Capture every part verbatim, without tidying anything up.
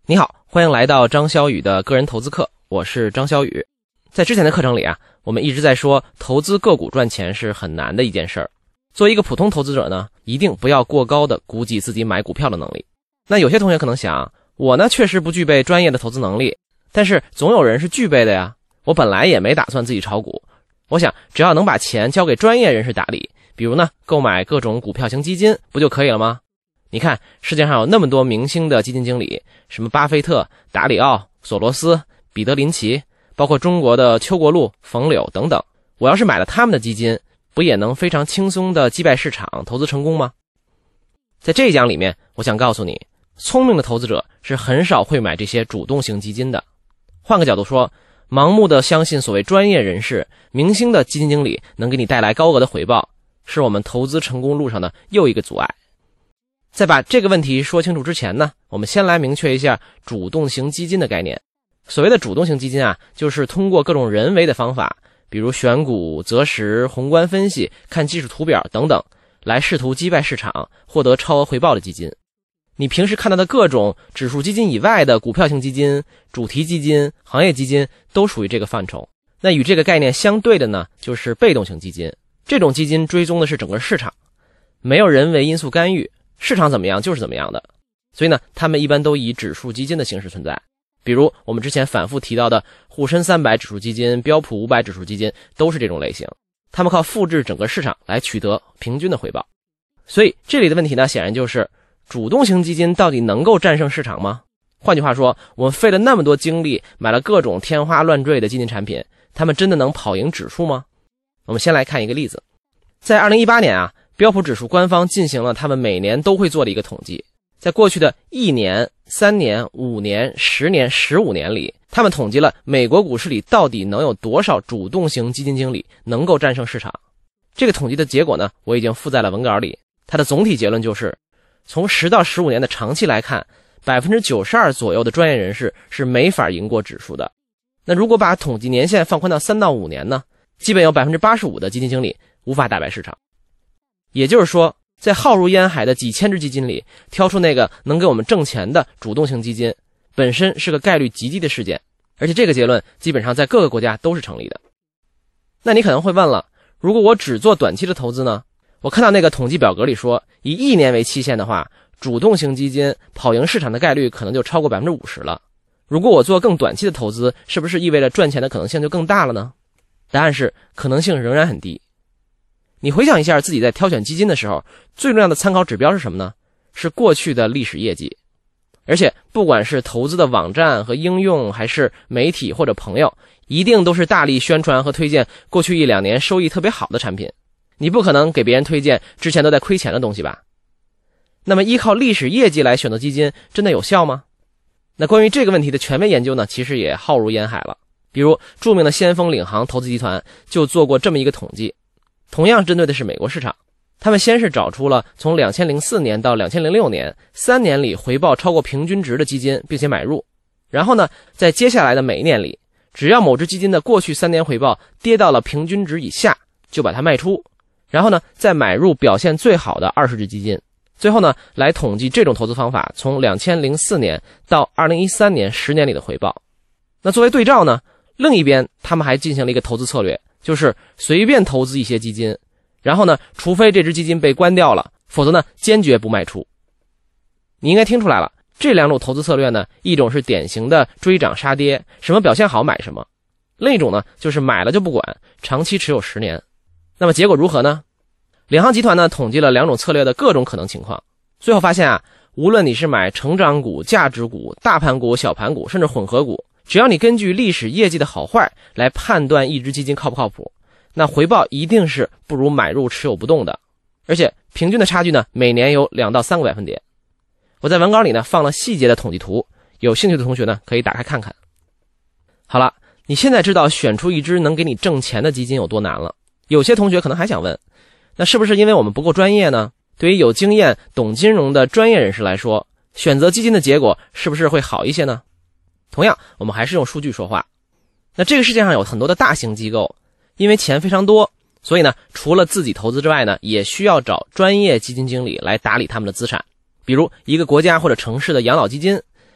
你好，欢迎来到张小雨的个人投资课，我是张小雨。在之前的课程里啊，我们一直在说投资个股赚钱是很难的一件事儿。作为一个普通投资者呢，一定不要过高的估计自己买股票的能力。那有些同学可能想，我呢确实不具备专业的投资能力，但是总有人是具备的呀。我本来也没打算自己炒股，我想只要能把钱交给专业人士打理，比如呢购买各种股票型基金，不就可以了吗？你看世界上有那么多明星的基金经理，什么巴菲特、达里奥、索罗斯、彼得林奇，包括中国的邱国鹭、冯柳等等，我要是买了他们的基金，不也能非常轻松地击败市场，投资成功吗？在这一讲里面，我想告诉你，聪明的投资者是很少会买这些主动型基金的。换个角度说，盲目的相信所谓专业人士、明星的基金经理能给你带来高额的回报，是我们投资成功路上的又一个阻碍。在把这个问题说清楚之前呢，我们先来明确一下主动型基金的概念。所谓的主动型基金啊，就是通过各种人为的方法，比如选股、择时、宏观分析、看技术图表等等，来试图击败市场，获得超额回报的基金。你平时看到的各种指数基金以外的股票型基金、主题基金、行业基金都属于这个范畴。那与这个概念相对的呢，就是被动型基金。这种基金追踪的是整个市场，没有人为因素干预，市场怎么样就是怎么样的。所以呢，他们一般都以指数基金的形式存在。比如我们之前反复提到的沪深三百指数基金、标普五百指数基金都是这种类型，他们靠复制整个市场来取得平均的回报。所以这里的问题呢，显然就是主动型基金到底能够战胜市场吗？换句话说，我们费了那么多精力买了各种天花乱坠的基金产品，他们真的能跑赢指数吗？我们先来看一个例子。在二零一八年啊，标普指数官方进行了他们每年都会做的一个统计，在过去的一年、三年、五年、十年、十五年里，他们统计了美国股市里到底能有多少主动型基金经理能够战胜市场。这个统计的结果呢，我已经附在了文稿里。它的总体结论就是，从十到十五年的长期来看， 百分之九十二 左右的专业人士是没法赢过指数的。那如果把统计年限放宽到三到五年呢，基本有 百分之八十五 的基金经理无法打败市场。也就是说，在浩如烟海的几千只基金里，挑出那个能给我们挣钱的主动型基金，本身是个概率极低的事件，而且这个结论基本上在各个国家都是成立的。那你可能会问了，如果我只做短期的投资呢？我看到那个统计表格里说，以一年为期限的话，主动型基金跑赢市场的概率可能就超过 百分之五十 了。如果我做更短期的投资，是不是意味着赚钱的可能性就更大了呢？答案是，可能性仍然很低。你回想一下自己在挑选基金的时候，最重要的参考指标是什么呢？是过去的历史业绩。而且不管是投资的网站和应用，还是媒体或者朋友，一定都是大力宣传和推荐过去一两年收益特别好的产品。你不可能给别人推荐之前都在亏钱的东西吧？那么依靠历史业绩来选择基金真的有效吗？那关于这个问题的权威研究呢，其实也浩如烟海了。比如著名的先锋领航投资集团就做过这么一个统计，同样针对的是美国市场。他们先是找出了从两千零四年到两千零六年三年里回报超过平均值的基金，并且买入。然后呢，在接下来的每一年里，只要某只基金的过去三年回报跌到了平均值以下，就把它卖出。然后呢，再买入表现最好的二十只基金。最后呢，来统计这种投资方法从两千零四年到二零一三年十年里的回报。那作为对照呢，另一边他们还进行了一个投资策略，就是随便投资一些基金，然后呢，除非这只基金被关掉了，否则呢，坚决不卖出。你应该听出来了，这两种投资策略呢，一种是典型的追涨杀跌，什么表现好买什么；另一种呢，就是买了就不管，长期持有十年。那么结果如何呢？领航集团呢统计了两种策略的各种可能情况，最后发现啊，无论你是买成长股、价值股、大盘股、小盘股，甚至混合股，只要你根据历史业绩的好坏来判断一只基金靠不靠谱，那回报一定是不如买入持有不动的，而且平均的差距呢，每年有两到三个百分点。我在文稿里呢放了细节的统计图，有兴趣的同学呢可以打开看看。好了，你现在知道选出一只能给你挣钱的基金有多难了。有些同学可能还想问，那是不是因为我们不够专业呢？对于有经验、懂金融的专业人士来说，选择基金的结果是不是会好一些呢？同样，我们还是用数据说话。那这个世界上有很多的大型机构，因为钱非常多，所以呢，除了自己投资之外呢，也需要找专业基金经理来打理他们的资产。比如一个国家或者城市的养老基金，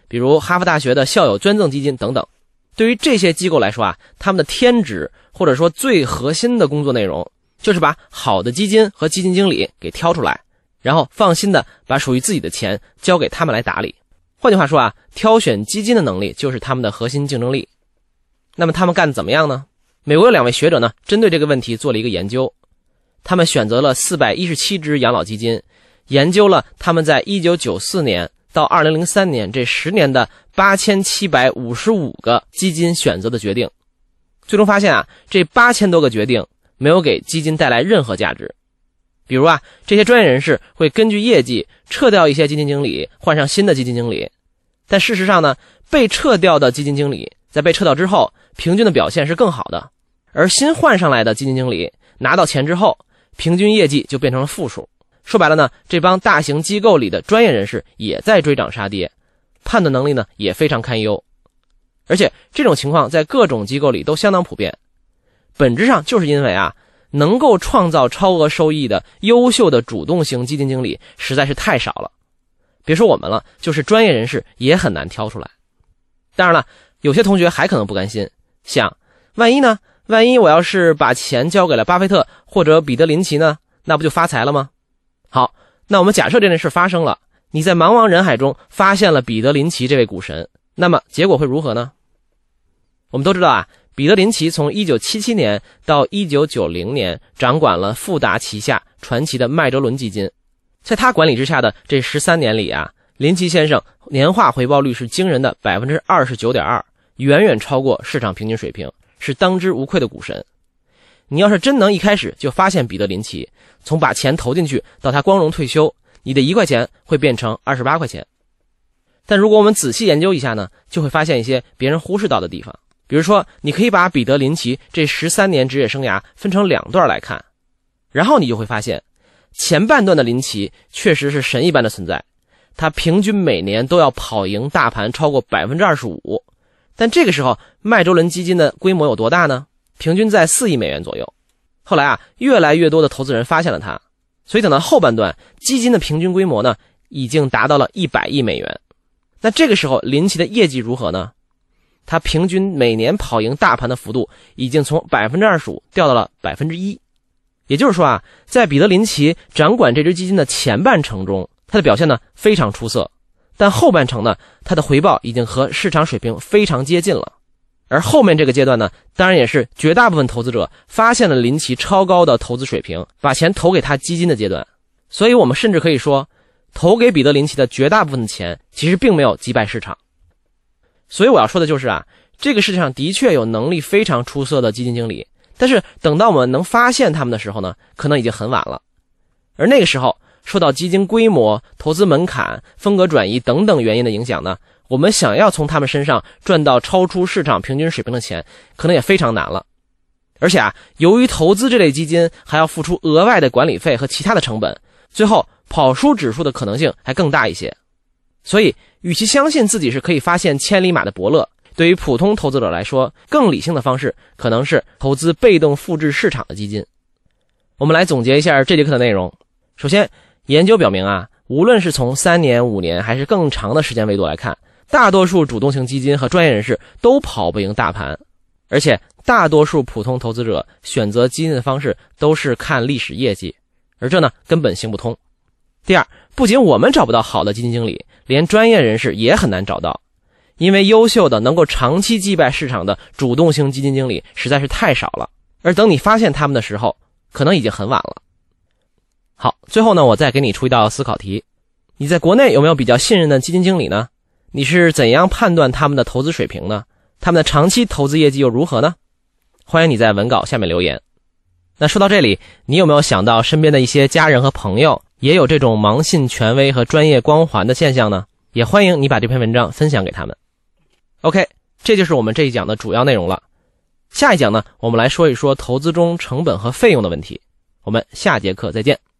比如哈佛大学的校友捐赠基金等等。对于这些机构来说啊，他们的天职或者说最核心的工作内容，就是把好的基金和基金经理给挑出来，然后放心的把属于自己的钱交给他们来打理。换句话说啊，挑选基金的能力就是他们的核心竞争力。那么他们干得怎么样呢？美国有两位学者呢，针对这个问题做了一个研究。他们选择了四百一十七只养老基金，研究了他们在一九九四年到二零零三年这十年的八千七百五十五个基金选择的决定。最终发现啊，这八千多个决定没有给基金带来任何价值。比如啊，这些专业人士会根据业绩撤掉一些基金经理，换上新的基金经理。但事实上呢，被撤掉的基金经理在被撤掉之后，平均的表现是更好的，而新换上来的基金经理拿到钱之后，平均业绩就变成了负数。说白了呢，这帮大型机构里的专业人士也在追涨杀跌，判断能力呢也非常堪忧。而且这种情况在各种机构里都相当普遍，本质上就是因为啊，能够创造超额收益的优秀的主动型基金经理实在是太少了。别说我们了，就是专业人士也很难挑出来。当然了，有些同学还可能不甘心，想万一呢？万一我要是把钱交给了巴菲特或者彼得林奇呢，那不就发财了吗？好，那我们假设这件事发生了，你在茫茫人海中发现了彼得林奇这位股神，那么结果会如何呢？我们都知道啊，彼得林奇从一九七七年到一九九零年掌管了富达旗下传奇的麦哲伦基金。在他管理之下的这十三年里啊，林奇先生年化回报率是惊人的 百分之二十九点二， 远远超过市场平均水平，是当之无愧的股神。你要是真能一开始就发现彼得林奇，从把钱投进去到他光荣退休，你的一块钱会变成二十八块钱。但如果我们仔细研究一下呢，就会发现一些别人忽视到的地方。比如说，你可以把彼得林奇这十三年职业生涯分成两段来看，然后你就会发现，前半段的林奇确实是神一般的存在，他平均每年都要跑赢大盘超过 百分之二十五。 但这个时候麦哲伦基金的规模有多大呢？平均在四亿美元左右。后来啊，越来越多的投资人发现了他，所以等到后半段，基金的平均规模呢，已经达到了一百亿美元。那这个时候林奇的业绩如何呢？他平均每年跑赢大盘的幅度已经从 百分之二十五 掉到了 百分之一。 也就是说啊，在彼得林奇掌管这支基金的前半程中，他的表现呢非常出色，但后半程呢，他的回报已经和市场水平非常接近了。而后面这个阶段呢，当然也是绝大部分投资者发现了林奇超高的投资水平，把钱投给他基金的阶段。所以我们甚至可以说，投给彼得林奇的绝大部分的钱其实并没有击败市场。所以我要说的就是啊，这个世界上的确有能力非常出色的基金经理，但是等到我们能发现他们的时候呢，可能已经很晚了。而那个时候受到基金规模、投资门槛、风格转移等等原因的影响呢，我们想要从他们身上赚到超出市场平均水平的钱，可能也非常难了。而且啊，由于投资这类基金还要付出额外的管理费和其他的成本，最后跑输指数的可能性还更大一些。所以与其相信自己是可以发现千里马的伯乐，对于普通投资者来说，更理性的方式可能是投资被动复制市场的基金。我们来总结一下这节课的内容。首先，研究表明啊，无论是从三年、五年还是更长的时间维度来看，大多数主动型基金和专业人士都跑不赢大盘，而且大多数普通投资者选择基金的方式都是看历史业绩，而这呢根本行不通。第二，不仅我们找不到好的基金经理，连专业人士也很难找到，因为优秀的能够长期击败市场的主动型基金经理实在是太少了，而等你发现他们的时候，可能已经很晚了。好，最后呢，我再给你出一道思考题。你在国内有没有比较信任的基金经理呢？你是怎样判断他们的投资水平呢？他们的长期投资业绩又如何呢？欢迎你在文稿下面留言。那说到这里，你有没有想到身边的一些家人和朋友也有这种盲信权威和专业光环的现象呢？也欢迎你把这篇文章分享给他们。OK， 这就是我们这一讲的主要内容了。下一讲呢，我们来说一说投资中成本和费用的问题。我们下节课再见。